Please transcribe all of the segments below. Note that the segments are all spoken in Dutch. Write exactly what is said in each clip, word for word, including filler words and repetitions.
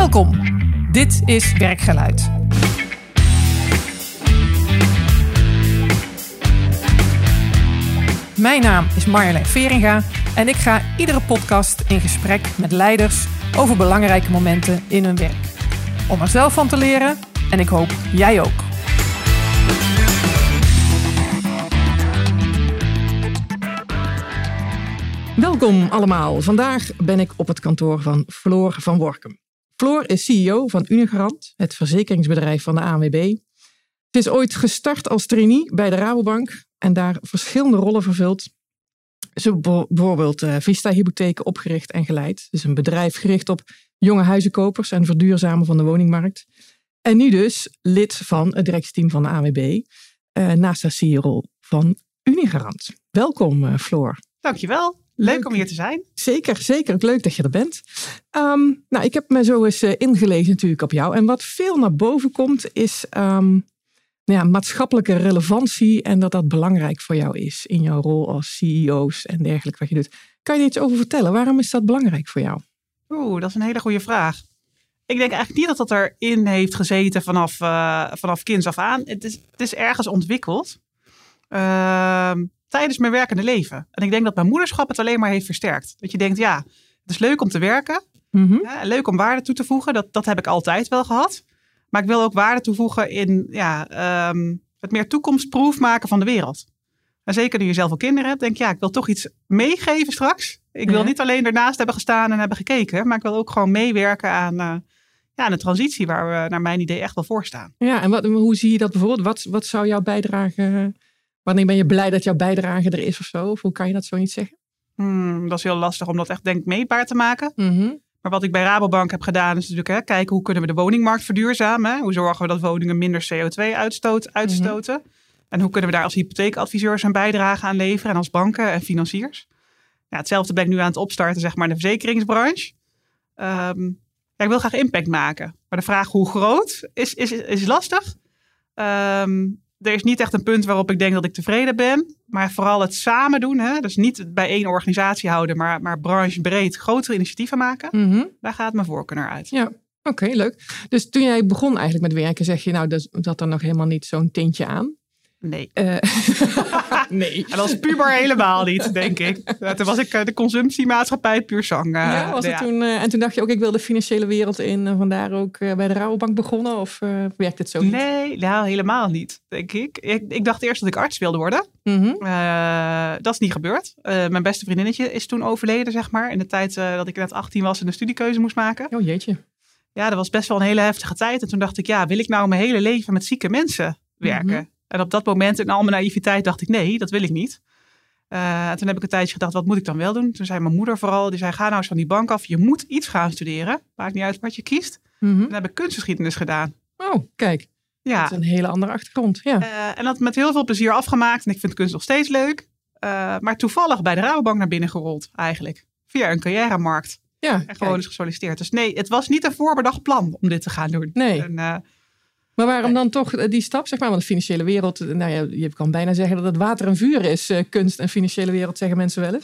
Welkom. Dit is Werkgeluid. Mijn naam is Marjolein Veringa en ik ga iedere podcast in gesprek met leiders over belangrijke momenten in hun werk. Om er zelf van te leren en ik hoop jij ook. Welkom allemaal. Vandaag ben ik op het kantoor van Floor van Workum. Floor is C E O van Unigarant, het verzekeringsbedrijf van de A N W B. Ze is ooit gestart als trainee bij de Rabobank en daar verschillende rollen vervuld. Ze heeft bijvoorbeeld uh, Vista Hypotheken opgericht en geleid. Dus een bedrijf gericht op jonge huizenkopers en verduurzamen van de woningmarkt. En nu dus lid van het directieteam van de A N W B, uh, naast haar C E O-rol van Unigarant. Welkom uh, Floor. Dankjewel. Leuk, Leuk om hier te zijn. Zeker, zeker. Leuk dat je er bent. Um, nou, ik heb me zo eens uh, ingelezen natuurlijk op jou. En wat veel naar boven komt is um, nou ja, maatschappelijke relevantie en dat dat belangrijk voor jou is in jouw rol als C E O's en dergelijke wat je doet. Kan je er iets over vertellen? Waarom is dat belangrijk voor jou? Oeh, dat is een hele goede vraag. Ik denk eigenlijk niet dat dat erin heeft gezeten vanaf, uh, vanaf kinds af aan. Het is, het is ergens ontwikkeld. Uh, tijdens mijn werkende leven. En ik denk dat mijn moederschap het alleen maar heeft versterkt. Dat je denkt, ja, het is leuk om te werken. Mm-hmm. Ja, leuk om waarde toe te voegen. Dat, dat heb ik altijd wel gehad. Maar ik wil ook waarde toevoegen in ja, um, het meer toekomstproof maken van de wereld. En zeker nu je zelf al kinderen hebt, denk je, ja, ik wil toch iets meegeven straks. Ik wil ja. niet alleen ernaast hebben gestaan en hebben gekeken. Maar ik wil ook gewoon meewerken aan, uh, ja, aan de transitie waar we naar mijn idee echt wel voor staan. Ja, en wat, hoe zie je dat bijvoorbeeld? Wat, wat zou jouw bijdrage... Wanneer ben je blij dat jouw bijdrage er is of zo? Of hoe kan je dat zo niet zeggen? Hmm, dat is heel lastig om dat echt denk ik meetbaar te maken. Mm-hmm. Maar wat ik bij Rabobank heb gedaan is natuurlijk hè, kijken hoe kunnen we de woningmarkt verduurzamen. Hè? Hoe zorgen we dat woningen minder C O twee uitstoot, uitstoten. Mm-hmm. En hoe kunnen we daar als hypotheekadviseurs een bijdrage aan leveren. En als banken en financiers. Ja, hetzelfde ben ik nu aan het opstarten zeg maar, in de verzekeringsbranche. Um, ja, ik wil graag impact maken. Maar de vraag hoe groot is, is, is lastig. Um, Er is niet echt een punt waarop ik denk dat ik tevreden ben. Maar vooral het samen doen. Hè? Dus niet bij één organisatie houden. Maar, maar branchebreed grotere initiatieven maken. Mm-hmm. Daar gaat mijn voorkeur naar uit. Ja, oké, okay, leuk. Dus toen jij begon eigenlijk met werken. Zeg je nou, dat zat er nog helemaal niet zo'n tintje aan? Nee. Uh, nee. En als puber helemaal niet, denk ik. Toen was ik de consumptiemaatschappij puur zang. Uh, ja, was het ja. toen, uh, en toen dacht je ook, ik wil de financiële wereld in. Uh, vandaar ook uh, bij de Rabobank begonnen? Of uh, werkt het zo niet? Nee, nou, helemaal niet, denk ik. ik. Ik dacht eerst dat ik arts wilde worden. Mm-hmm. Uh, dat is niet gebeurd. Uh, mijn beste vriendinnetje is toen overleden, zeg maar. In de tijd uh, dat ik net achttien was en een studiekeuze moest maken. Oh jeetje. Ja, dat was best wel een hele heftige tijd. En toen dacht ik, ja, wil ik nou mijn hele leven met zieke mensen werken? Mm-hmm. En op dat moment in al mijn naïviteit dacht ik, nee, dat wil ik niet. Uh, toen heb ik een tijdje gedacht, wat moet ik dan wel doen? Toen zei mijn moeder vooral, die zei, ga nou eens van die bank af. Je moet iets gaan studeren. Maakt niet uit wat je kiest. Mm-hmm. Toen heb ik kunstgeschiedenis gedaan. Oh, kijk. Ja. Dat is een hele andere achtergrond. Ja. Uh, en dat met heel veel plezier afgemaakt. En ik vind kunst nog steeds leuk. Uh, maar toevallig bij de Rabobank naar binnen gerold eigenlijk. Via een carrièremarkt. Ja, en gewoon eens gesolliciteerd. Dus nee, het was niet een voorbedacht plan om dit te gaan doen. Nee. En, uh, Maar waarom dan toch die stap, zeg maar? Want de financiële wereld, nou ja, je kan bijna zeggen dat het water en vuur is. Uh, kunst en financiële wereld, zeggen mensen wel eens.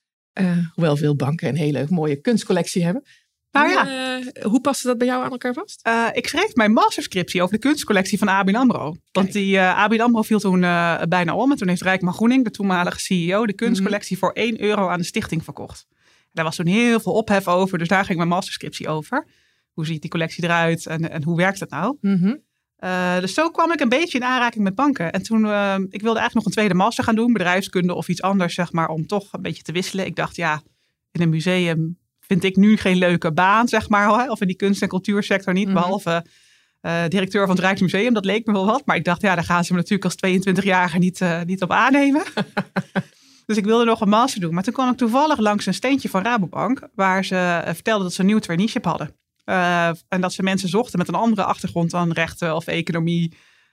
Uh, hoewel veel banken een hele mooie kunstcollectie hebben. Nou ja. Uh, hoe paste dat bij jou aan elkaar vast? Uh, ik schreef mijn masterscriptie over de kunstcollectie van A B N AMRO. Kijk. Want die uh, A B N AMRO viel toen uh, bijna om. En toen heeft Rijkman Groening, de toenmalige C E O, de kunstcollectie mm-hmm. voor één euro aan de stichting verkocht. En daar was toen heel veel ophef over. Dus daar ging mijn masterscriptie over. Hoe ziet die collectie eruit en, en hoe werkt het nou? Mm-hmm. Uh, dus zo kwam ik een beetje in aanraking met banken. En toen, uh, ik wilde eigenlijk nog een tweede master gaan doen. Bedrijfskunde of iets anders, zeg maar. Om toch een beetje te wisselen. Ik dacht, ja, in een museum vind ik nu geen leuke baan, zeg maar. Of in die kunst- en cultuursector niet. Mm-hmm. Behalve uh, directeur van het Rijksmuseum. Dat leek me wel wat. Maar ik dacht, ja, daar gaan ze me natuurlijk als tweeëntwintigjarige niet, uh, niet op aannemen. Dus ik wilde nog een master doen. Maar toen kwam ik toevallig langs een steentje van Rabobank. Waar ze uh, vertelden dat ze een nieuw traineeship hadden. Uh, en dat ze mensen zochten met een andere achtergrond dan rechten of economie.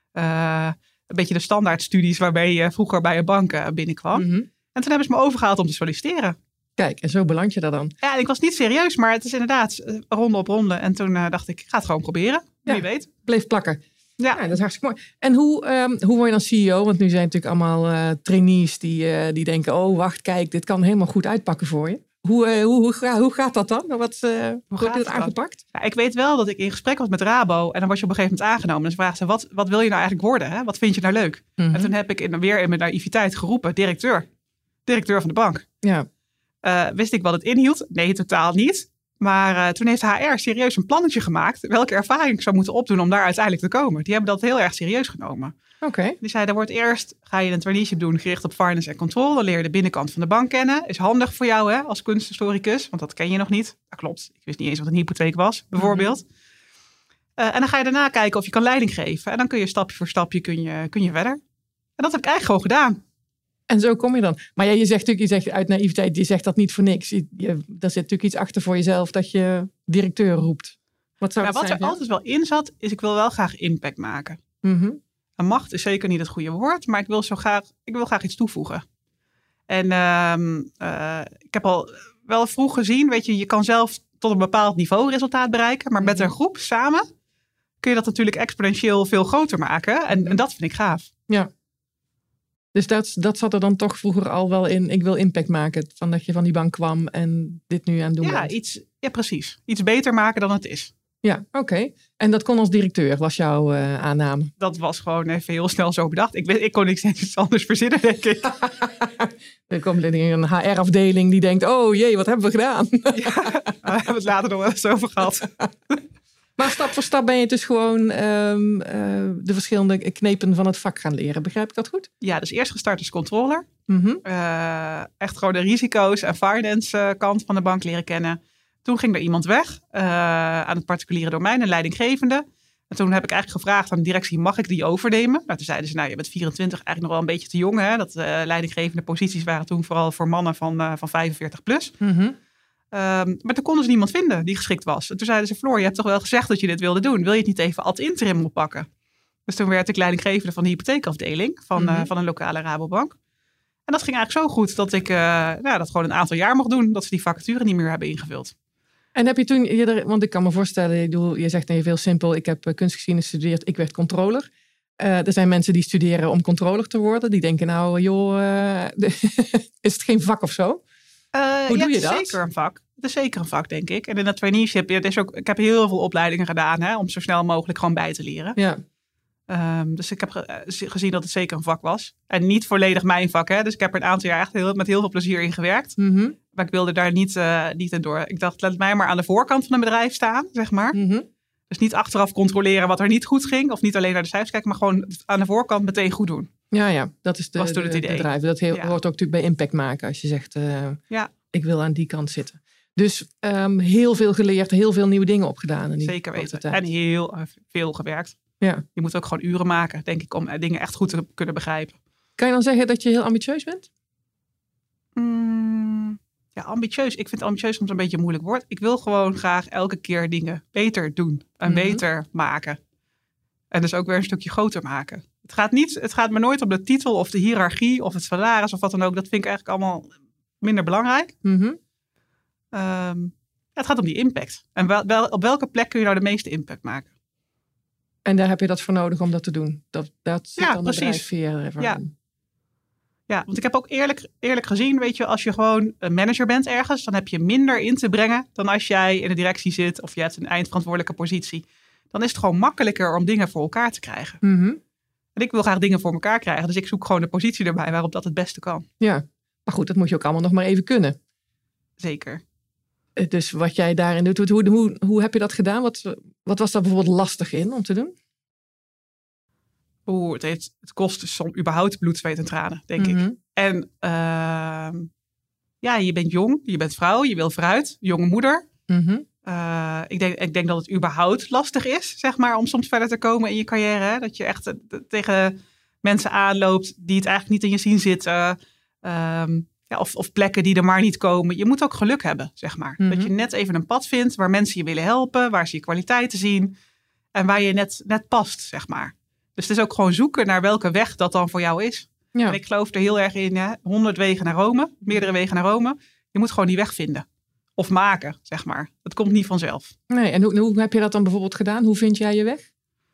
Uh, een beetje de standaardstudies waarbij je vroeger bij een bank uh, binnenkwam. Mm-hmm. En toen hebben ze me overgehaald om te solliciteren. Kijk, en zo beland je daar dan? Ja, ik was niet serieus, maar het is inderdaad ronde op ronde. En toen uh, dacht ik, ik ga het gewoon proberen. Ja, wie weet. Bleef plakken. Ja. ja, dat is hartstikke mooi. En hoe, um, hoe word je dan C E O? Want nu zijn natuurlijk allemaal uh, trainees die, uh, die denken, oh wacht, kijk, dit kan helemaal goed uitpakken voor je. Hoe, uh, hoe, hoe, ga, hoe gaat dat dan? Wat, uh, hoe wordt dit aangepakt? Ja, ik weet wel dat ik in gesprek was met Rabo. En dan was je op een gegeven moment aangenomen. En ze vragen ze, wat, wat wil je nou eigenlijk worden? Hè? Wat vind je nou leuk? Mm-hmm. En toen heb ik in, weer in mijn naïviteit geroepen, directeur. Directeur van de bank. Ja. Uh, wist ik wat het inhield? Nee, totaal niet. Maar uh, toen heeft H R serieus een plannetje gemaakt. Welke ervaring ik zou moeten opdoen om daar uiteindelijk te komen. Die hebben dat heel erg serieus genomen. Oké. Okay. Die zei, er wordt eerst, ga je een traineeship doen gericht op finance en control. Dan leer je de binnenkant van de bank kennen. Is handig voor jou hè, als kunsthistoricus. Want dat ken je nog niet. Dat klopt. Ik wist niet eens wat een hypotheek was, bijvoorbeeld. Mm-hmm. Uh, en dan ga je daarna kijken of je kan leiding geven. En dan kun je stapje voor stapje kun je, kun je verder. En dat heb ik eigenlijk gewoon gedaan. En zo kom je dan. Maar ja, je zegt natuurlijk, je zegt uit naïviteit, je zegt dat niet voor niks. Je, je, daar zit natuurlijk iets achter voor jezelf dat je directeur roept. Wat zou nou, dat wat zijn, er altijd wel in zat, is ik wil wel graag impact maken. Mm-hmm. En macht is zeker niet het goede woord, maar ik wil zo graag, ik wil graag iets toevoegen. En uh, uh, ik heb al wel vroeg gezien, weet je, je kan zelf tot een bepaald niveau resultaat bereiken, maar met een groep samen kun je dat natuurlijk exponentieel veel groter maken. En, en dat vind ik gaaf. Ja. Dus dat, dat zat er dan toch vroeger al wel in. Ik wil impact maken. Van dat je van die bank kwam en dit nu aan het doen ja, bent. Iets, ja, precies. Iets beter maken dan het is. Ja, oké. Okay. En dat kon als directeur, was jouw uh, aanname? Dat was gewoon even heel snel zo bedacht. Ik, ik kon niks eens anders verzinnen, denk ik. Er komt een H R-afdeling die denkt, oh jee, wat hebben we gedaan? Ja, daar hebben we het later nog wel eens over gehad. Maar stap voor stap ben je dus gewoon um, uh, de verschillende knepen van het vak gaan leren. Begrijp ik dat goed? Ja, dus eerst gestart als controller. Mm-hmm. Uh, echt gewoon de risico's en finance kant van de bank leren kennen. Toen ging er iemand weg uh, aan het particuliere domein, een leidinggevende. En toen heb ik eigenlijk gevraagd aan de directie, mag ik die overnemen? Nou, toen zeiden ze, nou, je bent vierentwintig, eigenlijk nog wel een beetje te jong. Hè? Dat uh, leidinggevende posities waren toen vooral voor mannen van, uh, van vijfenveertig plus. Mm-hmm. Um, maar toen konden ze niemand vinden die geschikt was. En toen zeiden ze, Floor, je hebt toch wel gezegd dat je dit wilde doen. Wil je het niet even ad interim oppakken? Dus toen werd ik leidinggevende van de hypotheekafdeling van, mm-hmm. uh, van een lokale Rabobank. En dat ging eigenlijk zo goed dat ik uh, nou, dat gewoon een aantal jaar mocht doen. Dat ze die vacature niet meer hebben ingevuld. En heb je toen, je er, want ik kan me voorstellen, je, bedoel, je zegt even heel simpel, ik heb uh, kunstgeschiedenis gestudeerd, ik werd controller. Uh, er zijn mensen die studeren om controller te worden. Die denken nou, joh, uh, is het geen vak of zo? Uh, Hoe ja, doe je het is dat? Zeker een vak. Het is zeker een vak, denk ik. En in dat traineeship, ja, is ook, ik heb heel veel opleidingen gedaan hè, om zo snel mogelijk gewoon bij te leren. Ja. Um, dus ik heb ge- gezien dat het zeker een vak was. En niet volledig mijn vak. Hè. Dus ik heb er een aantal jaar echt heel, met heel veel plezier in gewerkt. Mm-hmm. Maar ik wilde daar niet, uh, niet in door. Ik dacht, laat mij maar aan de voorkant van een bedrijf staan, zeg maar. Mm-hmm. Dus niet achteraf controleren wat er niet goed ging. Of niet alleen naar de cijfers kijken, maar gewoon aan de voorkant meteen goed doen. Ja, ja. Dat is de, was toen het de, idee. de drive. Dat heel, ja. hoort ook natuurlijk bij impact maken. Als je zegt, uh, ja. ik wil aan die kant zitten. Dus um, heel veel geleerd, heel veel nieuwe dingen opgedaan. In die Zeker weten. En heel uh, veel gewerkt. Ja. Je moet ook gewoon uren maken, denk ik, om uh, dingen echt goed te kunnen begrijpen. Kan je dan zeggen dat je heel ambitieus bent? Mm, ja, ambitieus. Ik vind ambitieus soms een beetje een moeilijk woord. Ik wil gewoon graag elke keer dingen beter doen. En mm-hmm. beter maken. En dus ook weer een stukje groter maken. Het gaat, niet, het gaat me nooit om de titel of de hiërarchie of het salaris of wat dan ook. Dat vind ik eigenlijk allemaal minder belangrijk. Mm-hmm. Um, ja, het gaat om die impact. En wel, wel, op welke plek kun je nou de meeste impact maken? En daar heb je dat voor nodig om dat te doen? Dat, dat zit ja, dan precies. de drijfveer van. Ja. ja, want ik heb ook eerlijk, eerlijk gezien, weet je, als je gewoon een manager bent ergens, dan heb je minder in te brengen dan als jij in de directie zit of je hebt een eindverantwoordelijke positie. Dan is het gewoon makkelijker om dingen voor elkaar te krijgen. Mm-hmm. En ik wil graag dingen voor elkaar krijgen, dus ik zoek gewoon de positie erbij waarop dat het beste kan. Ja, maar goed, dat moet je ook allemaal nog maar even kunnen. Zeker. Dus wat jij daarin doet, hoe, hoe, hoe heb je dat gedaan? Wat, wat was daar bijvoorbeeld lastig in om te doen? Oeh, het, heeft, het kost soms überhaupt bloed, zweet en tranen, denk mm-hmm. ik. En uh, ja, je bent jong, je bent vrouw, je wil vooruit, jonge moeder. Mm-hmm. Uh, ik, denk, ik denk dat het überhaupt lastig is, zeg maar, om soms verder te komen in je carrière. Hè? Dat je echt uh, tegen mensen aanloopt die het eigenlijk niet in je zien zitten. Uh, Ja, of, of plekken die er maar niet komen. Je moet ook geluk hebben, zeg maar. Mm-hmm. Dat je net even een pad vindt waar mensen je willen helpen. Waar ze je kwaliteiten zien. En waar je net, net past, zeg maar. Dus het is ook gewoon zoeken naar welke weg dat dan voor jou is. Ja. En ik geloof er heel erg in. Ja, honderd wegen naar Rome. Meerdere wegen naar Rome. Je moet gewoon die weg vinden. Of maken, zeg maar. Het komt niet vanzelf. Nee, en hoe, hoe heb je dat dan bijvoorbeeld gedaan? Hoe vind jij je weg?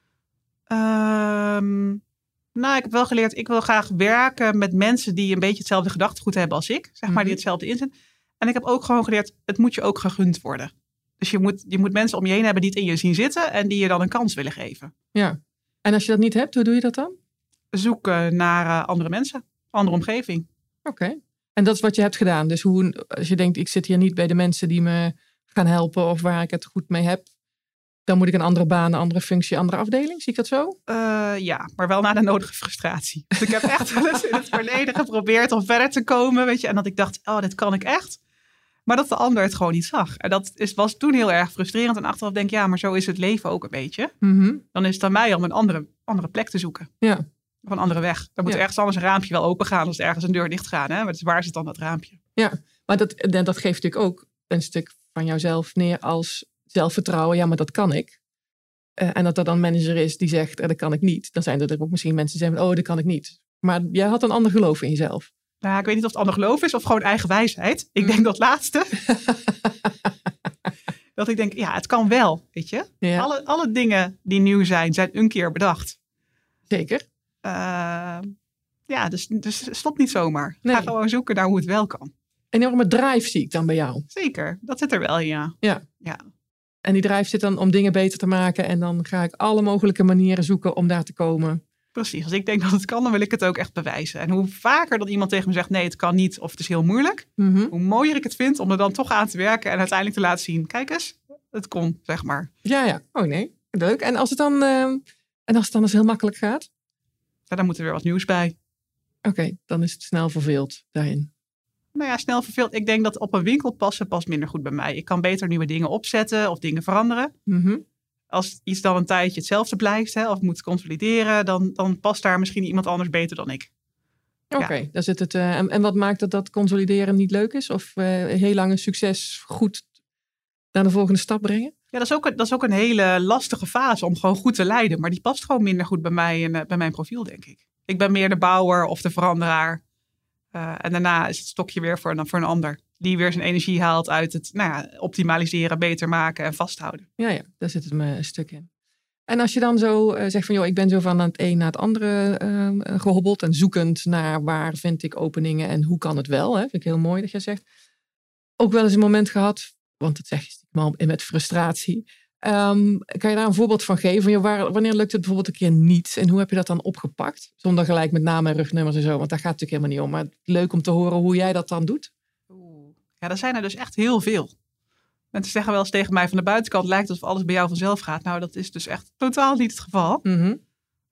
Um, Nou, ik heb wel geleerd, ik wil graag werken met mensen die een beetje hetzelfde gedachtegoed hebben als ik. Zeg maar, mm-hmm. die hetzelfde inzet. En ik heb ook gewoon geleerd, het moet je ook gegund worden. Dus je moet, je moet mensen om je heen hebben die het in je zien zitten en die je dan een kans willen geven. Ja. En als je dat niet hebt, hoe doe je dat dan? Zoeken naar uh, andere mensen, andere omgeving. Oké. Okay. En dat is wat je hebt gedaan. Dus hoe, als je denkt, ik zit hier niet bij de mensen die me gaan helpen of waar ik het goed mee heb, dan moet ik een andere baan, een andere functie, een andere afdeling. Zie ik dat zo? Uh, ja, maar wel na de nodige frustratie. Dus ik heb echt wel eens in het verleden geprobeerd om verder te komen. Weet je, en dat ik dacht, oh, dit kan ik echt. Maar dat de ander het gewoon niet zag. En dat is, was toen heel erg frustrerend. En achteraf denk ik, ja, maar zo is het leven ook een beetje. Mm-hmm. Dan is het aan mij om een andere, andere plek te zoeken. Ja. Of een andere weg. Dan moet ja. ergens anders een raampje wel open gaan. Als er ergens een deur dicht gaat. Hè? Maar dus waar zit dan dat raampje? Ja, maar dat, dat geeft natuurlijk ook een stuk van jouzelf neer als zelfvertrouwen. Ja, maar dat kan ik. Uh, en dat er dan een manager is die zegt, eh, dat kan ik niet. Dan zijn er ook misschien mensen die zeggen, oh, dat kan ik niet. Maar jij had een ander geloof in jezelf. Nou, ik weet niet of het ander geloof is of gewoon eigen wijsheid. Ik denk dat laatste. Dat ik denk, ja, het kan wel, weet je. Ja. Alle, alle dingen die nieuw zijn, zijn een keer bedacht. Zeker. Uh, ja, dus, dus stop niet zomaar. Nee. Ga gewoon zoeken naar hoe het wel kan. Een enorme drive zie ik dan bij jou. Zeker, dat zit er wel in, ja. Ja. ja. En die drive zit dan om dingen beter te maken. En dan ga ik alle mogelijke manieren zoeken om daar te komen. Precies, als ik denk dat het kan, dan wil ik het ook echt bewijzen. En hoe vaker dat iemand tegen me zegt, nee, het kan niet of het is heel moeilijk. Mm-hmm. Hoe mooier ik het vind om er dan toch aan te werken en uiteindelijk te laten zien. Kijk eens, het kon, zeg maar. Ja, ja. Oh nee, leuk. En als het dan, uh, en als het dan eens heel makkelijk gaat? Ja, dan moet er weer wat nieuws bij. Oké, okay, dan is het snel verveeld daarin. Nou ja, snel verveeld. Ik denk dat op een winkel passen past minder goed bij mij. Ik kan beter nieuwe dingen opzetten of dingen veranderen. Mm-hmm. Als iets dan een tijdje hetzelfde blijft, hè, of moet consolideren, dan, dan past daar misschien iemand anders beter dan ik. Oké, okay, ja. Daar zit het. Uh, en, en wat maakt dat dat consolideren niet leuk is? Of uh, heel lang een succes goed naar de volgende stap brengen? Ja, dat is, ook, dat is ook een hele lastige fase om gewoon goed te leiden. Maar die past gewoon minder goed bij mij en uh, bij mijn profiel, denk ik. Ik ben meer de bouwer of de veranderaar. Uh, en daarna is het stokje weer voor een, voor een ander. Die weer zijn energie haalt uit het nou ja, optimaliseren, beter maken en vasthouden. Ja, ja, daar zit het me een stuk in. En als je dan zo uh, zegt van, joh, ik ben zo van het een naar het andere uh, gehobbeld en zoekend naar waar vind ik openingen en hoe kan het wel. Hè? Vind ik heel mooi dat jij zegt. Ook wel eens een moment gehad, want dat zeg je stiekem met frustratie. Um, kan je daar een voorbeeld van geven? Van, joh, waar, wanneer lukt het bijvoorbeeld een keer niet? En hoe heb je dat dan opgepakt? Zonder gelijk met namen en rugnummers en zo, want daar gaat het natuurlijk helemaal niet om. Maar leuk om te horen hoe jij dat dan doet. Ja, er zijn er dus echt heel veel. Mensen zeggen wel eens tegen mij van de buitenkant lijkt het alsof alles bij jou vanzelf gaat. Nou, dat is dus echt totaal niet het geval. Mm-hmm.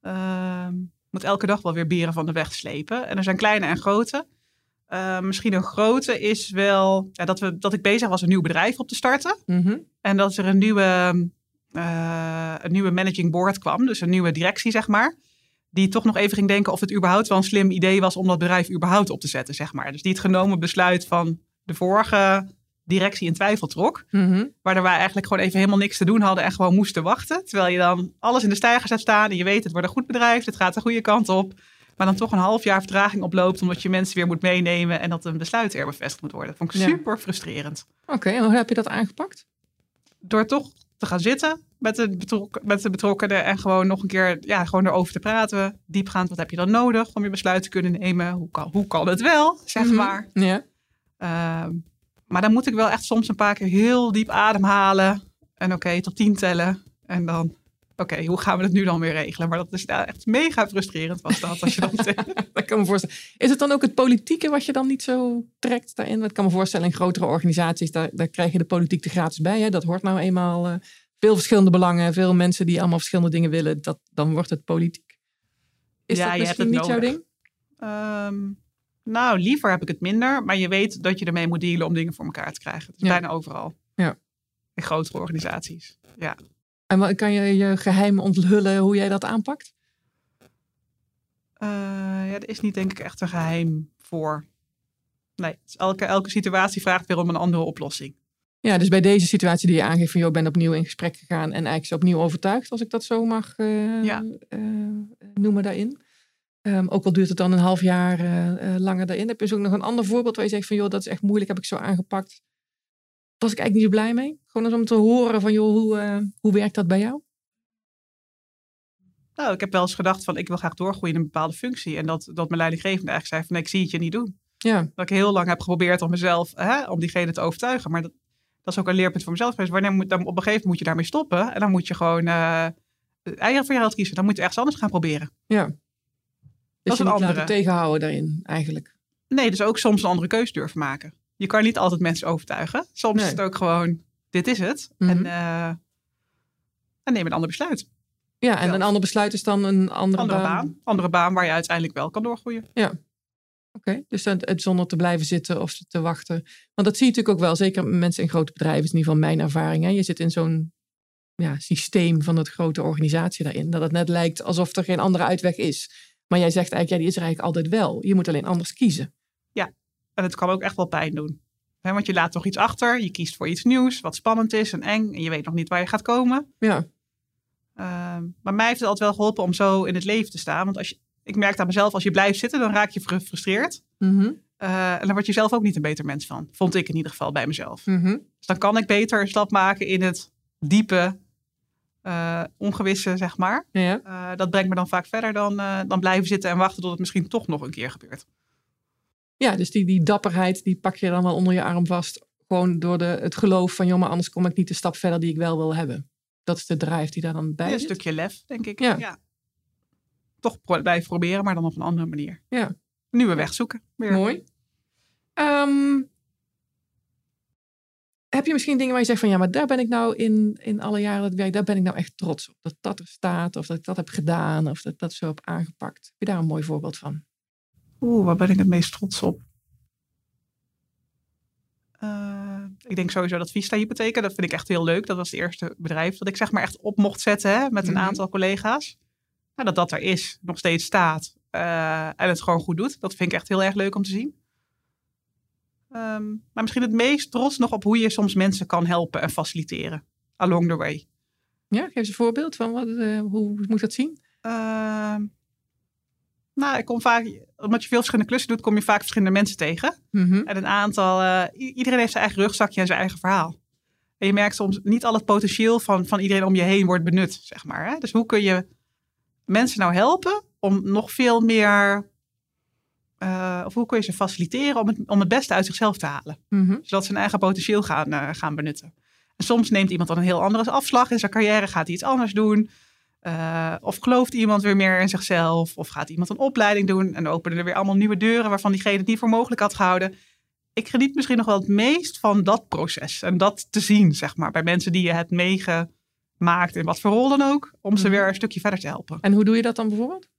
Uh, moet elke dag wel weer beren van de weg slepen. En er zijn kleine en grote. Uh, misschien een grote is wel ja, dat, we, dat ik bezig was een nieuw bedrijf op te starten. Mm-hmm. En dat er een nieuwe, uh, een nieuwe managing board kwam. Dus een nieuwe directie, zeg maar. Die toch nog even ging denken of het überhaupt wel een slim idee was om dat bedrijf überhaupt op te zetten, zeg maar. Dus die het genomen besluit van de vorige directie in twijfel trok. Mm-hmm. Waardoor wij eigenlijk gewoon even helemaal niks te doen hadden en gewoon moesten wachten. Terwijl je dan alles in de stijgers hebt staan en je weet het wordt een goed bedrijf, het gaat de goede kant op. Maar dan toch een half jaar vertraging oploopt omdat je mensen weer moet meenemen en dat een besluit er bevestigd moet worden. Dat vond ik ja. super frustrerend. Oké, okay, en hoe heb je dat aangepakt? Door toch te gaan zitten met de, betrok- met de betrokkenen en gewoon nog een keer ja, gewoon erover te praten. Diepgaand, wat heb je dan nodig om je besluit te kunnen nemen? Hoe kan, hoe kan het wel, zeg mm-hmm. maar. Ja. Uh, maar dan moet ik wel echt soms een paar keer heel diep ademhalen. En oké, okay, tot tien tellen. En dan, oké, okay, hoe gaan we het nu dan weer regelen? Maar dat is ja, echt mega frustrerend was dat. Als je dan dat kan me voorstellen. Is het dan ook het politieke wat je dan niet zo trekt daarin? Want ik kan me voorstellen in grotere organisaties, daar, daar krijg je de politiek er gratis bij. Hè? Dat hoort nou eenmaal uh, veel verschillende belangen. Veel mensen die allemaal verschillende dingen willen. Dat, dan wordt het politiek. Is ja, dat misschien niet jouw ding? Um, nou, liever heb ik het minder. Maar je weet dat je ermee moet dealen om dingen voor elkaar te krijgen. Dat is ja. bijna overal. Ja. In grotere organisaties. Ja. En kan je je geheim onthullen hoe jij dat aanpakt? Uh, ja, er is niet denk ik echt een geheim voor. Nee, dus elke, elke situatie vraagt weer om een andere oplossing. Ja, dus bij deze situatie die je aangeeft van, joh, ik ben opnieuw in gesprek gegaan en eigenlijk is opnieuw overtuigd, als ik dat zo mag uh, ja. uh, noemen daarin. Um, ook al duurt het dan een half jaar uh, uh, langer daarin. Heb je dus ook nog een ander voorbeeld waar je zegt van, joh, dat is echt moeilijk, heb ik zo aangepakt. Was ik eigenlijk niet zo blij mee. Gewoon eens om te horen van, joh, hoe, uh, hoe werkt dat bij jou? Nou, ik heb wel eens gedacht van, ik wil graag doorgroeien in een bepaalde functie. En dat, dat mijn leidinggevende eigenlijk zei van, nee, ik zie het je niet doen. Ja. Dat ik heel lang heb geprobeerd om mezelf, hè, om diegene te overtuigen. Maar dat, dat is ook een leerpunt voor mezelf geweest. Wanneer moet, dan, op een gegeven moment moet je daarmee stoppen. En dan moet je gewoon uh, eigen voor je geld kiezen. Dan moet je ergens anders gaan proberen. Ja. Dus dat is een andere. laten tegenhouden daarin eigenlijk. Nee, dus ook soms een andere keuze durven maken. Je kan niet altijd mensen overtuigen. Soms nee. is het ook gewoon, dit is het. Mm-hmm. En, uh, en neem een ander besluit. Ja, en Zelf. een ander besluit is dan een andere, andere baan. baan. Andere baan waar je uiteindelijk wel kan doorgroeien. Ja. Oké, okay. Dus het zonder te blijven zitten of te wachten. Want dat zie je natuurlijk ook wel. Zeker mensen in grote bedrijven is in ieder geval mijn ervaring. Hè. Je zit in zo'n ja, systeem van het grote organisatie daarin. Dat het net lijkt alsof er geen andere uitweg is. Maar jij zegt eigenlijk, ja, die is er eigenlijk altijd wel. Je moet alleen anders kiezen. Ja, en het kan ook echt wel pijn doen. He, want je laat toch iets achter. Je kiest voor iets nieuws, wat spannend is en eng. En je weet nog niet waar je gaat komen. Ja. Uh, maar mij heeft het altijd wel geholpen om zo in het leven te staan. Want als je, ik merk aan mezelf, als je blijft zitten, dan raak je gefrustreerd. Mm-hmm. Uh, en dan word je zelf ook niet een beter mens van. Vond ik in ieder geval bij mezelf. Mm-hmm. Dus dan kan ik beter een stap maken in het diepe, uh, ongewisse, zeg maar. Ja. Uh, dat brengt me dan vaak verder dan, uh, dan blijven zitten en wachten tot het misschien toch nog een keer gebeurt. Ja, dus die, die dapperheid, die pak je dan wel onder je arm vast. Gewoon door de, het geloof van, joh, maar anders kom ik niet de stap verder die ik wel wil hebben. Dat is de drive die daar dan bij ja, zit. Een stukje lef, denk ik. Ja. Ja. Toch pro- blijven proberen, maar dan op een andere manier. Ja. Een nieuwe weg zoeken. Weer. Mooi. Um, heb je misschien dingen waar je zegt van, ja, maar daar ben ik nou in, in alle jaren dat ik werk, daar ben ik nou echt trots op. Dat dat er staat, of dat ik dat heb gedaan, of dat ik dat zo heb aangepakt. Heb je daar een mooi voorbeeld van? Oeh, waar ben ik het meest trots op? Uh, ik denk sowieso dat Vista Hypotheken, dat vind ik echt heel leuk. Dat was het eerste bedrijf dat ik zeg maar echt op mocht zetten, hè, met een mm-hmm. aantal collega's. Nou, dat dat er is, nog steeds staat uh, en het gewoon goed doet. Dat vind ik echt heel erg leuk om te zien. Um, maar misschien het meest trots nog op hoe je soms mensen kan helpen en faciliteren. Along the way. Ja, geef eens een voorbeeld van wat, uh, hoe moet dat zien? Uh, Nou, ik kom vaak, omdat je veel verschillende klussen doet, kom je vaak verschillende mensen tegen. Mm-hmm. En een aantal, uh, iedereen heeft zijn eigen rugzakje en zijn eigen verhaal. En je merkt soms niet al het potentieel van, van iedereen om je heen wordt benut, zeg maar. Hè? Dus hoe kun je mensen nou helpen om nog veel meer, uh, of hoe kun je ze faciliteren om het, om het beste uit zichzelf te halen. Mm-hmm. Zodat ze hun eigen potentieel gaan, uh, gaan benutten. En soms neemt iemand dan een heel andere afslag in zijn carrière, gaat hij iets anders doen. Uh, of gelooft iemand weer meer in zichzelf? Of gaat iemand een opleiding doen? En dan openen er weer allemaal nieuwe deuren waarvan diegene het niet voor mogelijk had gehouden. Ik geniet misschien nog wel het meest van dat proces. En dat te zien, zeg maar, bij mensen die je hebt meegemaakt. In wat voor rol dan ook. Om ze weer een stukje verder te helpen. En hoe doe je dat dan bijvoorbeeld?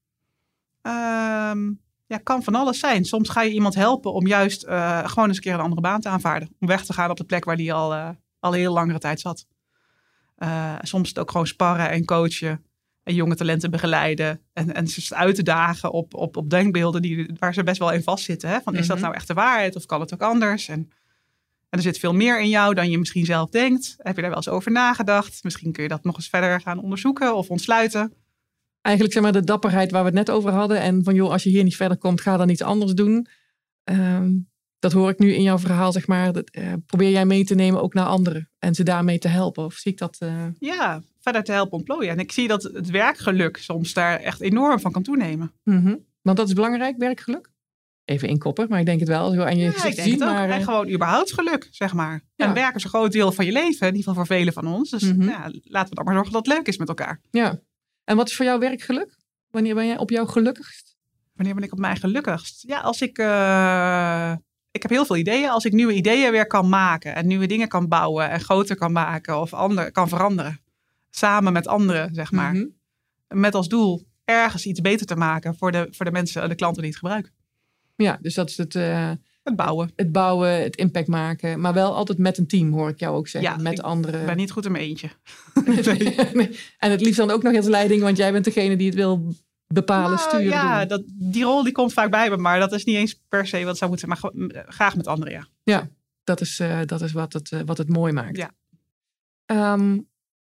Um, ja, kan van alles zijn. Soms ga je iemand helpen om juist uh, gewoon eens een keer een andere baan te aanvaarden. Om weg te gaan op de plek waar die al, uh, al heel langere tijd zat. Uh, soms is het ook gewoon sparren en coachen. En jonge talenten begeleiden. En, en ze uit te dagen op, op, op denkbeelden die, waar ze best wel in vastzitten. Hè? Van, mm-hmm. Is dat nou echt de waarheid of kan het ook anders? En, en er zit veel meer in jou dan je misschien zelf denkt. Heb je daar wel eens over nagedacht? Misschien kun je dat nog eens verder gaan onderzoeken of ontsluiten. Eigenlijk zeg maar de dapperheid waar we het net over hadden. En van joh, als je hier niet verder komt, ga dan iets anders doen. Um, dat hoor ik nu in jouw verhaal, zeg maar. Dat, uh, probeer jij mee te nemen ook naar anderen. En ze daarmee te helpen. Of zie ik dat... Uh... Ja, verder te helpen ontplooien. En ik zie dat het werkgeluk soms daar echt enorm van kan toenemen. Mm-hmm. Want dat is belangrijk, werkgeluk? Even inkoppen, maar ik denk het wel. Zo aan je ja, gezicht ik denk zien, het ook. maar, uh... En gewoon überhaupt geluk, zeg maar. Ja. En werk is een groot deel van je leven. In ieder geval voor velen van ons. Dus mm-hmm. ja, laten we dan maar zorgen dat het leuk is met elkaar. Ja. En wat is voor jou werkgeluk? Wanneer ben jij op jou gelukkigst? Wanneer ben ik op mij gelukkigst? Ja, als ik... Uh... Ik heb heel veel ideeën. Als ik nieuwe ideeën weer kan maken. En nieuwe dingen kan bouwen. En groter kan maken. Of ander, kan veranderen. Samen met anderen, zeg maar. Mm-hmm. Met als doel ergens iets beter te maken. Voor de, voor de mensen, de klanten die het gebruiken. Ja, dus dat is het... Uh, het bouwen. Het bouwen, het impact maken. Maar wel altijd met een team, hoor ik jou ook zeggen. Ja, met ik anderen. ben niet goed in mijn eentje. nee. Nee. En het liefst dan ook nog als leiding. Want jij bent degene die het wil... bepalen, nou, sturen. Ja, dat, die rol die komt vaak bij me, maar dat is niet eens per se wat het zou moeten. Maar g- graag met anderen, ja. Ja, dat is, uh, dat is wat, het, uh, wat het mooi maakt. Ja. Um,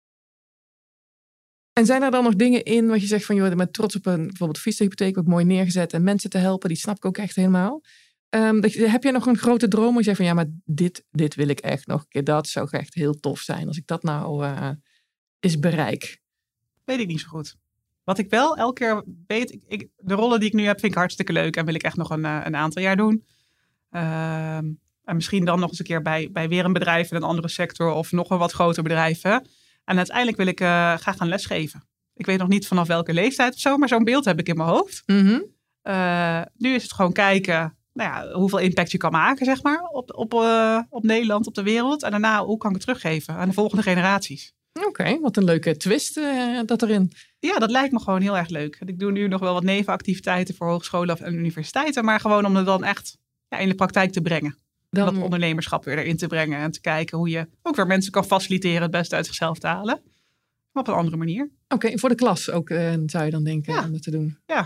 en zijn er dan nog dingen in wat je zegt van, joh, met trots op een bijvoorbeeld Vista Hypotheek ook mooi neergezet en mensen te helpen, die snap ik ook echt helemaal. Um, dat, heb jij nog een grote droom? Als je zegt van, ja, maar dit, dit wil ik echt nog een keer. Dat zou echt heel tof zijn als ik dat nou uh, eens bereik. Weet ik niet zo goed. Wat ik wel elke keer weet, ik, ik, de rollen die ik nu heb vind ik hartstikke leuk en wil ik echt nog een, een aantal jaar doen. Uh, en misschien dan nog eens een keer bij, bij weer een bedrijf in een andere sector of nog een wat groter bedrijf. Hè? En uiteindelijk wil ik uh, graag gaan lesgeven. Ik weet nog niet vanaf welke leeftijd of zo, maar zo'n beeld heb ik in mijn hoofd. Mm-hmm. Uh, nu is het gewoon kijken nou ja, hoeveel impact je kan maken, zeg maar, op, op, uh, op Nederland, op de wereld. En daarna, hoe kan ik het teruggeven aan de volgende generaties? Oké, okay, wat een leuke twist uh, dat erin. Ja, dat lijkt me gewoon heel erg leuk. Ik doe nu nog wel wat nevenactiviteiten voor hogescholen en universiteiten, maar gewoon om het dan echt ja, in de praktijk te brengen. Dan... dat ondernemerschap weer erin te brengen en te kijken hoe je ook weer mensen kan faciliteren het beste uit zichzelf te halen. Maar op een andere manier. Oké, okay, voor de klas ook uh, zou je dan denken ja. om dat te doen? Ja.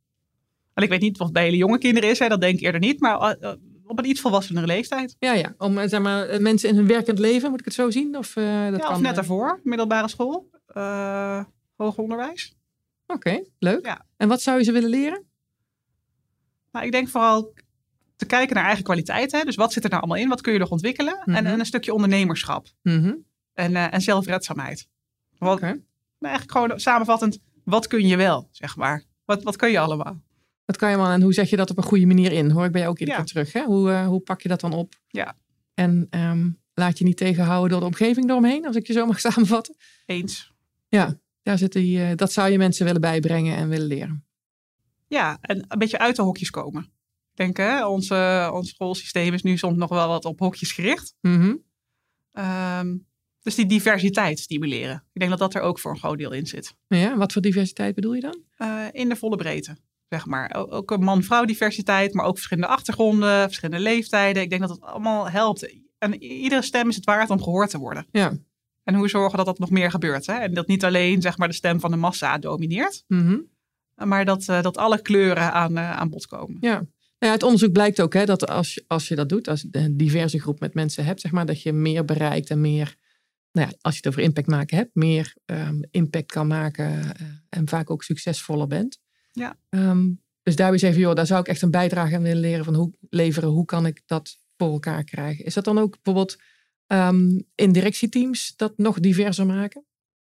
En ik weet niet wat het bij hele jonge kinderen is, hè, dat denk ik eerder niet, maar uh, op een iets volwassenere leeftijd. Ja, ja. Om zeg maar, mensen in hun werkend leven, moet ik het zo zien? Of, uh, dat ja, kan, of net daarvoor, middelbare school, uh, hoger onderwijs. Oké, okay, leuk. Ja. En wat zou je ze willen leren? Nou, ik denk vooral te kijken naar eigen kwaliteit. Hè? Dus wat zit er nou allemaal in? Wat kun je nog ontwikkelen? Mm-hmm. En, en een stukje ondernemerschap. Mm-hmm. En, uh, en zelfredzaamheid. Wat, okay. nou, eigenlijk gewoon samenvattend, wat kun je wel, zeg maar? Wat, wat kun je allemaal? Wat kan je allemaal en hoe zeg je dat op een goede manier in? Hoor ik bij jou ook iedere ja. keer terug. Hè? Hoe, uh, hoe pak je dat dan op? Ja. En um, laat je niet tegenhouden door de omgeving eromheen, als ik je zo mag samenvatten? Eens. Ja, daar zit die, uh, dat zou je mensen willen bijbrengen en willen leren. Ja, en een beetje uit de hokjes komen. Ik denk, hè, onze, ons schoolsysteem is nu soms nog wel wat op hokjes gericht. Mm-hmm. Um, dus die diversiteit stimuleren. Ik denk dat dat er ook voor een groot deel in zit. Ja, wat voor diversiteit bedoel je dan? Uh, in de volle breedte, zeg maar. Ook een man-vrouw diversiteit, maar ook verschillende achtergronden, verschillende leeftijden. Ik denk dat het allemaal helpt. En iedere stem is het waard om gehoord te worden. Ja. En hoe zorgen dat dat nog meer gebeurt. Hè? En dat niet alleen zeg maar, de stem van de massa domineert. Mm-hmm. Maar dat, uh, dat alle kleuren aan, uh, aan bod komen. Ja. Ja, het onderzoek blijkt ook hè, dat als je, als je dat doet, als je een diverse groep met mensen hebt, zeg maar, dat je meer bereikt en meer, nou ja, als je het over impact maken hebt, meer um, impact kan maken uh, en vaak ook succesvoller bent. Ja. Um, dus daarbij zeggen, joh, daar zou ik echt een bijdrage aan willen leren van hoe leveren, hoe kan ik dat voor elkaar krijgen? Is dat dan ook bijvoorbeeld um, in directieteams dat nog diverser maken?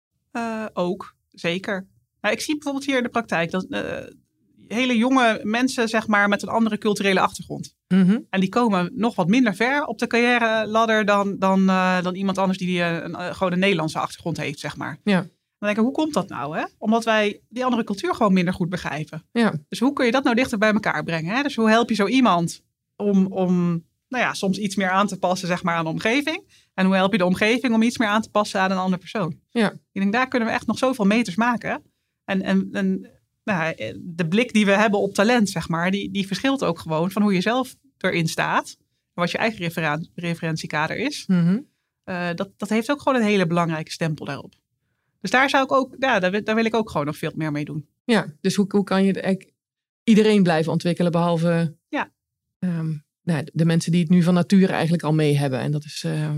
Uh, ook, zeker. Nou, ik zie bijvoorbeeld hier in de praktijk dat uh, hele jonge mensen, zeg maar, met een andere culturele achtergrond. Mm-hmm. En die komen nog wat minder ver op de carrière ladder dan, dan, uh, dan iemand anders die uh, een, uh, gewoon een Nederlandse achtergrond heeft, zeg maar. Ja. Dan denk ik, hoe komt dat nou? Hè? Omdat wij die andere cultuur gewoon minder goed begrijpen. Ja. Dus hoe kun je dat nou dichter bij elkaar brengen? Hè? Dus hoe help je zo iemand om, om nou ja, soms iets meer aan te passen, zeg maar, aan de omgeving? En hoe help je de omgeving om iets meer aan te passen aan een andere persoon? Ja. Ik denk, daar kunnen we echt nog zoveel meters maken. En, en, en nou, de blik die we hebben op talent, zeg maar, die, die verschilt ook gewoon van hoe je zelf erin staat. Wat je eigen referen- referentiekader is. Mm-hmm. Uh, dat, dat heeft ook gewoon een hele belangrijke stempel daarop. Dus daar zou ik ook, ja, daar, daar wil ik ook gewoon nog veel meer mee doen. Ja, dus hoe, hoe kan je de, iedereen blijven ontwikkelen, behalve ja. um, nou, de mensen die het nu van nature eigenlijk al mee hebben. En dat is, uh,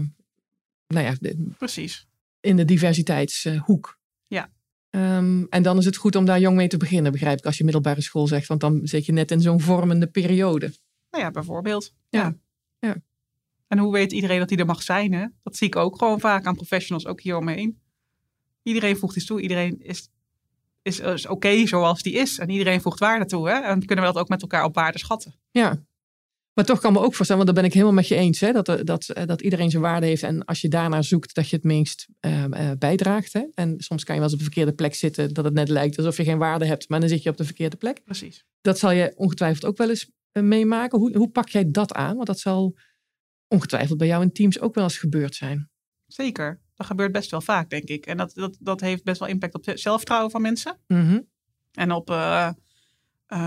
nou ja, de, precies. In de diversiteitshoek. Uh, ja. Um, en dan is het goed om daar jong mee te beginnen, begrijp ik, als je middelbare school zegt. Want dan zit je net in zo'n vormende periode. Nou ja, bijvoorbeeld. Ja. ja. ja. En hoe weet iedereen dat hij er mag zijn? Hè? Dat zie ik ook gewoon vaak aan professionals, ook hier omheen. Iedereen voegt iets toe. Iedereen is, is, is oké okay zoals die is. En iedereen voegt waarde toe. Hè? En dan kunnen we dat ook met elkaar op waarde schatten. Ja. Maar toch kan me ook voorstellen, want daar ben ik helemaal met je eens. Hè, dat, dat, dat iedereen zijn waarde heeft. En als je daarnaar zoekt, dat je het meest uh, uh, bijdraagt. Hè? En soms kan je wel eens op de verkeerde plek zitten. Dat het net lijkt alsof je geen waarde hebt. Maar dan zit je op de verkeerde plek. Precies. Dat zal je ongetwijfeld ook wel eens uh, meemaken. Hoe, hoe pak jij dat aan? Want dat zal ongetwijfeld bij jou in teams ook wel eens gebeurd zijn. Zeker. Dat gebeurt best wel vaak, denk ik. En dat, dat, dat heeft best wel impact op het zelfvertrouwen van mensen. Mm-hmm. En op... Uh, uh,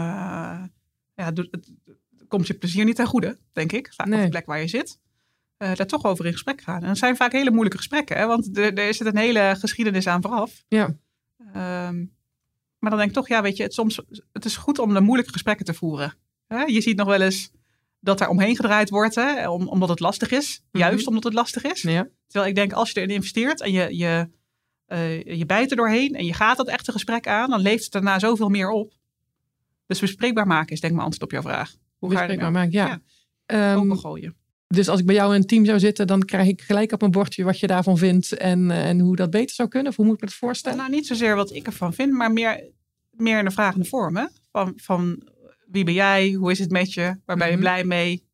ja, het, het komt je plezier niet ten goede, denk ik. Vaak nee. Op de plek waar je zit. Uh, daar toch over in gesprek gaan. En dat zijn vaak hele moeilijke gesprekken. Hè? Want er, er zit een hele geschiedenis aan vooraf. Ja. Um, maar dan denk ik toch, ja, weet je, het, soms, het is goed om de moeilijke gesprekken te voeren. Hè? Je ziet nog wel eens dat er omheen gedraaid wordt, hè? Om, omdat het lastig is. Mm-hmm. Juist omdat het lastig is. Ja. Terwijl ik denk, als je erin investeert en je, je, uh, je bijt er doorheen en je gaat dat echte gesprek aan, dan leeft het daarna zoveel meer op. Dus bespreekbaar maken is denk ik mijn antwoord op jouw vraag. Hoe ga je bespreekbaar maken, ja. ja. Um, ook gooien. Dus als ik bij jou in een team zou zitten, dan krijg ik gelijk op mijn bordje wat je daarvan vindt en, en hoe dat beter zou kunnen? Of hoe moet ik me dat voorstellen? Nou, niet zozeer wat ik ervan vind, maar meer, meer in de vragende vorm. Hè? Van, van wie ben jij? Hoe is het met je? Waar ben je mm-hmm. blij mee?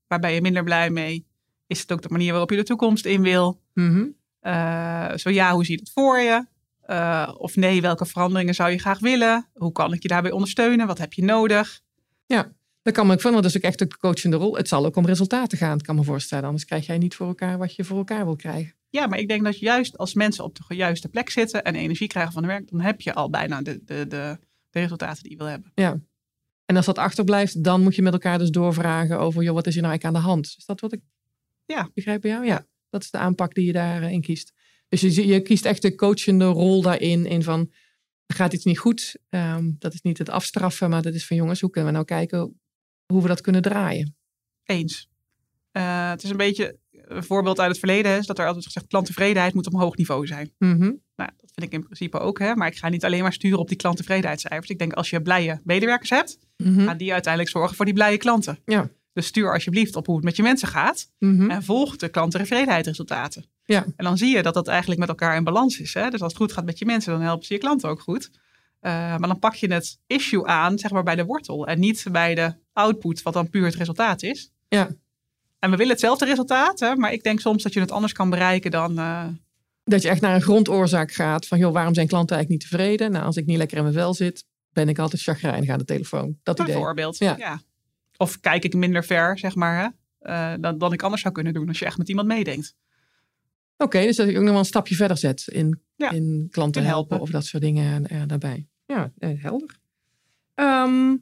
Waar ben je minder blij mee? Is het ook de manier waarop je de toekomst in wil? Mm-hmm. Uh, zo ja, hoe zie je het voor je? Uh, of nee, welke veranderingen zou je graag willen? Hoe kan ik je daarbij ondersteunen? Wat heb je nodig? Ja, dat kan me ook van, want dat is ook echt een coachende rol. Het zal ook om resultaten gaan, kan me voorstellen. Anders krijg jij niet voor elkaar wat je voor elkaar wil krijgen. Ja, maar ik denk dat juist als mensen op de juiste plek zitten en energie krijgen van hun werk, dan heb je al bijna de, de, de, de resultaten die je wil hebben. Ja. En als dat achterblijft, dan moet je met elkaar dus doorvragen over, joh, wat is er nou eigenlijk aan de hand? Is dat wat ik ja. begrijp bij jou? Ja, dat is de aanpak die je daarin kiest. Dus je, je kiest echt de coachende rol daarin, in van, er gaat iets niet goed. Um, dat is niet het afstraffen, maar dat is van, jongens, hoe kunnen we nou kijken hoe we dat kunnen draaien? Eens. Uh, het is een beetje een voorbeeld uit het verleden, is dat er altijd gezegd, klanttevredenheid moet op een hoog niveau zijn. Mm-hmm. Nou, dat vind ik in principe ook, hè? Maar ik ga niet alleen maar sturen op die klanttevredenheidscijfers. Ik denk, als je blije medewerkers hebt, mm-hmm. gaan die uiteindelijk zorgen voor die blije klanten. Ja. Dus stuur alsjeblieft op hoe het met je mensen gaat. Mm-hmm. En volg de klanttevredenheidsresultaten. Ja. En dan zie je dat dat eigenlijk met elkaar in balans is. Hè? Dus als het goed gaat met je mensen, dan helpen ze je klanten ook goed. Uh, maar dan pak je het issue aan, zeg maar, bij de wortel. En niet bij de output, wat dan puur het resultaat is. Ja. En we willen hetzelfde resultaat, hè? Maar ik denk soms dat je het anders kan bereiken dan... Uh... Dat je echt naar een grondoorzaak gaat van, joh, waarom zijn klanten eigenlijk niet tevreden? Nou, als ik niet lekker in mijn vel zit, ben ik altijd chagrijnig aan de telefoon. Dat idee. Bijvoorbeeld, ja. ja. Of kijk ik minder ver, zeg maar, hè? Uh, dan, dan ik anders zou kunnen doen als je echt met iemand meedenkt. Oké, okay, dus dat ik ook nog wel een stapje verder zet in, ja, in klanten in helpen. helpen of dat soort dingen uh, daarbij. Ja, uh, helder. Um,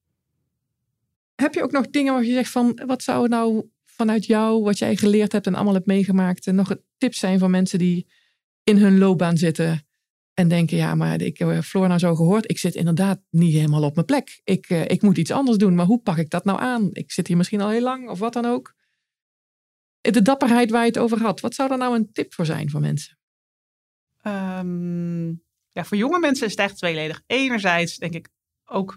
heb je ook nog dingen waar je zegt van, wat zou nou vanuit jou, wat jij geleerd hebt en allemaal hebt meegemaakt, en nog tips zijn van mensen die in hun loopbaan zitten en denken, ja, maar ik heb Floor nou zo gehoord, ik zit inderdaad niet helemaal op mijn plek. Ik, uh, ik moet iets anders doen, maar hoe pak ik dat nou aan? Ik zit hier misschien al heel lang of wat dan ook. De dapperheid waar je het over had, wat zou daar nou een tip voor zijn voor mensen? Um, ja, voor jonge mensen is het echt tweeledig. Enerzijds denk ik ook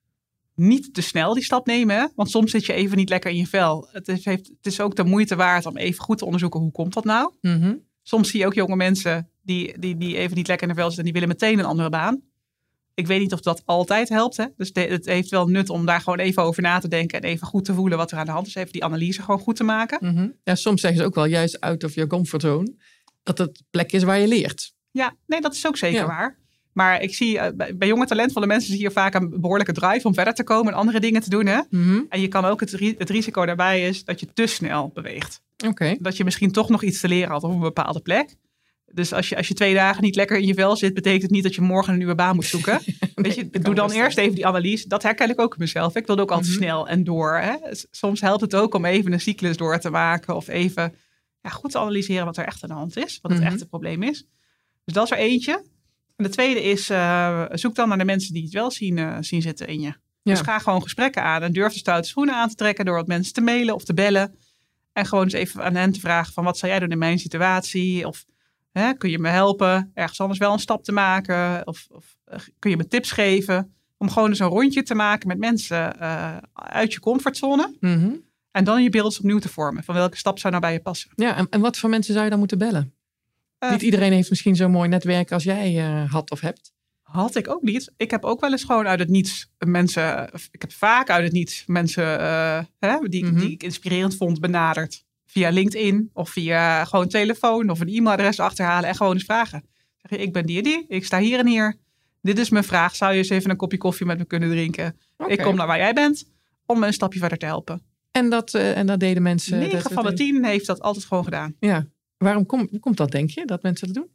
niet te snel die stap nemen. Hè? Want soms zit je even niet lekker in je vel. Het is, heeft, het is ook de moeite waard om even goed te onderzoeken hoe komt dat nou. Mm-hmm. Soms zie je ook jonge mensen die, die, die even niet lekker in de vel zitten en die willen meteen een andere baan. Ik weet niet of dat altijd helpt. Hè? Dus de, het heeft wel nut om daar gewoon even over na te denken en even goed te voelen wat er aan de hand is. Even die analyse gewoon goed te maken. Mm-hmm. Ja, soms zeggen ze ook wel juist out of your comfort zone. Dat het plek is waar je leert. Ja, nee, dat is ook zeker ja. waar. Maar ik zie uh, bij, bij jonge talentvolle mensen zie je vaak een behoorlijke drive om verder te komen en andere dingen te doen. Hè? Mm-hmm. En je kan ook het, het risico daarbij is dat je te snel beweegt. Okay. Dat je misschien toch nog iets te leren had op een bepaalde plek. Dus als je, als je twee dagen niet lekker in je vel zit, betekent het niet dat je morgen een nieuwe baan moet zoeken. nee, Weet je, doe dan eerst even die analyse. Dat herken ik ook in mezelf. Ik wilde ook altijd mm-hmm. snel en door. Hè? Soms helpt het ook om even een cyclus door te maken. Of even ja, goed te analyseren wat er echt aan de hand is. Wat het mm-hmm. echte probleem is. Dus dat is er eentje. En de tweede is, uh, zoek dan naar de mensen die het wel zien, uh, zien zitten in je. Ja. Dus ga gewoon gesprekken aan. En durf de stoute schoenen aan te trekken door wat mensen te mailen of te bellen. En gewoon eens even aan hen te vragen van, wat zou jij doen in mijn situatie? Of hè, kun je me helpen ergens anders wel een stap te maken? Of, of uh, kun je me tips geven? Om gewoon eens een rondje te maken met mensen uh, uit je comfortzone. Mm-hmm. En dan je beeld opnieuw te vormen. Van welke stap zou nou bij je passen? Ja, en, en wat voor mensen zou je dan moeten bellen? Uh, niet iedereen heeft misschien zo'n mooi netwerk als jij uh, had of hebt. Had ik ook niet. Ik heb ook wel eens gewoon uit het niets mensen... Ik heb vaak uit het niets mensen uh, hè, die, mm-hmm. die ik inspirerend vond benaderd. Via LinkedIn of via gewoon telefoon of een e-mailadres achterhalen en gewoon eens vragen. Zeg je, ik ben die en die. Ik sta hier en hier. Dit is mijn vraag. Zou je eens even een kopje koffie met me kunnen drinken? Okay. Ik kom naar waar jij bent om me een stapje verder te helpen. En dat, uh, en dat deden mensen... negen van de tien heeft dat altijd gewoon gedaan. Ja. Waarom kom, komt dat, denk je, dat mensen dat doen?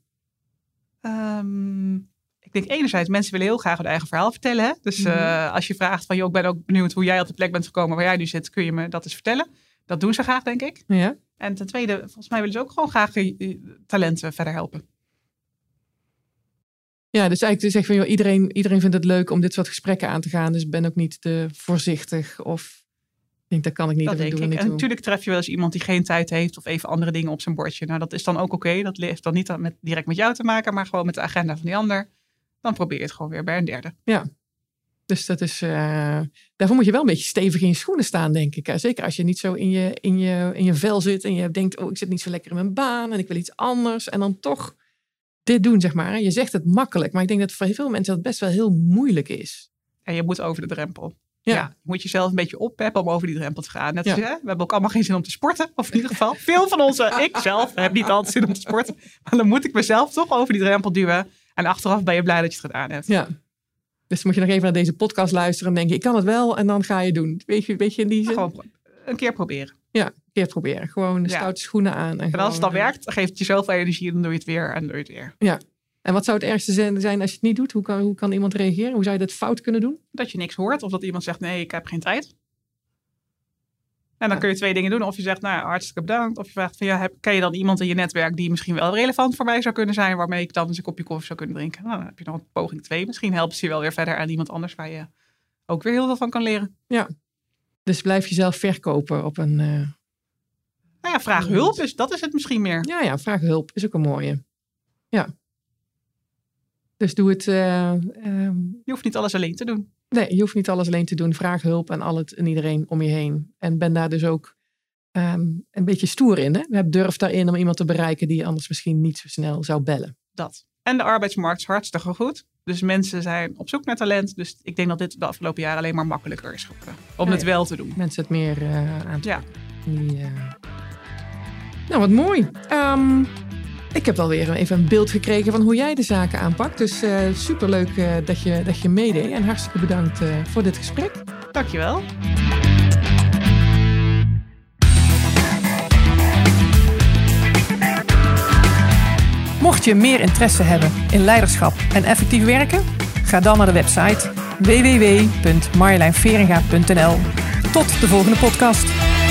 Um, ik denk enerzijds, mensen willen heel graag hun eigen verhaal vertellen. Hè? Dus mm-hmm. uh, als je vraagt van, joh, ik ben ook benieuwd hoe jij op de plek bent gekomen waar jij nu zit, kun je me dat eens vertellen? Dat doen ze graag, denk ik. Ja. En ten tweede, volgens mij willen ze ook gewoon graag talenten verder helpen. Ja, dus eigenlijk zeg van, joh, iedereen, iedereen vindt het leuk om dit soort gesprekken aan te gaan. Dus ben ook niet te voorzichtig of... Ik denk, dat kan ik niet. Dat denk ik. En natuurlijk tref je wel eens iemand die geen tijd heeft of even andere dingen op zijn bordje. Nou, dat is dan ook oké. Okay. Dat heeft dan niet met, direct met jou te maken, maar gewoon met de agenda van die ander. Dan probeer je het gewoon weer bij een derde. Ja, dus dat is... Uh, daarvoor moet je wel een beetje stevig in je schoenen staan, denk ik. Zeker als je niet zo in je, in je, in je vel zit en je denkt, oh, ik zit niet zo lekker in mijn baan en ik wil iets anders. En dan toch dit doen, zeg maar. Je zegt het makkelijk, maar ik denk dat voor veel mensen dat best wel heel moeilijk is. En je moet over de drempel. Ja. Ja, je moet jezelf een beetje oppeppen om over die drempel te gaan. Net Ja. als, hè, we hebben ook allemaal geen zin om te sporten. Of in ieder geval, veel van onze, ik zelf, heb niet altijd zin om te sporten. Maar dan moet ik mezelf toch over die drempel duwen. En achteraf ben je blij dat je het gedaan hebt. Ja. Dus moet je nog even naar deze podcast luisteren en denken, ik kan het wel. En dan ga je doen. Weet je, weet je in die zin? Gewoon pro- een keer proberen. Ja, een keer het proberen. Gewoon de Ja. stoute schoenen aan. En, En als het dan gewoon, werkt, dan geeft het je zoveel energie. Dan doe je het weer en dan doe je het weer. Ja. En wat zou het ergste zijn zijn als je het niet doet? Hoe kan, hoe kan iemand reageren? Hoe zou je dat fout kunnen doen? Dat je niks hoort. Of dat iemand zegt, nee, ik heb geen tijd. En dan Ja. kun je twee dingen doen. Of je zegt, nou, hartstikke bedankt. Of je vraagt, van, ja, heb, ken je dan iemand in je netwerk die misschien wel relevant voor mij zou kunnen zijn, waarmee ik dan eens een kopje koffie zou kunnen drinken? Nou, dan heb je nog een poging twee. Misschien helpt ze je wel weer verder aan iemand anders waar je ook weer heel veel van kan leren. Ja. Dus blijf jezelf verkopen op een... Uh... Nou ja, vraag hulp. Dus dat is het misschien meer. Ja, ja, vraag hulp is ook een mooie. Ja. Dus doe het... Uh, um... Je hoeft niet alles alleen te doen. Nee, je hoeft niet alles alleen te doen. Vraag hulp aan al het en iedereen om je heen. En ben daar dus ook um, een beetje stoer in. Hè? Heb durf daarin om iemand te bereiken die je anders misschien niet zo snel zou bellen. Dat. En de arbeidsmarkt is hartstikke goed. Dus mensen zijn op zoek naar talent. Dus ik denk dat dit de afgelopen jaren alleen maar makkelijker is geworden. Om ja, het ja. wel te doen. Mensen het meer uh, aan te Ja. die, uh... Nou, wat mooi. Um, ik heb alweer even een beeld gekregen van hoe jij de zaken aanpakt. Dus uh, superleuk uh, dat, je, dat je meedeed. En hartstikke bedankt uh, voor dit gesprek. Dankjewel. Mocht je meer interesse hebben in leiderschap en effectief werken, ga dan naar de website w w w punt marjolein veringa punt n l. Tot de volgende podcast.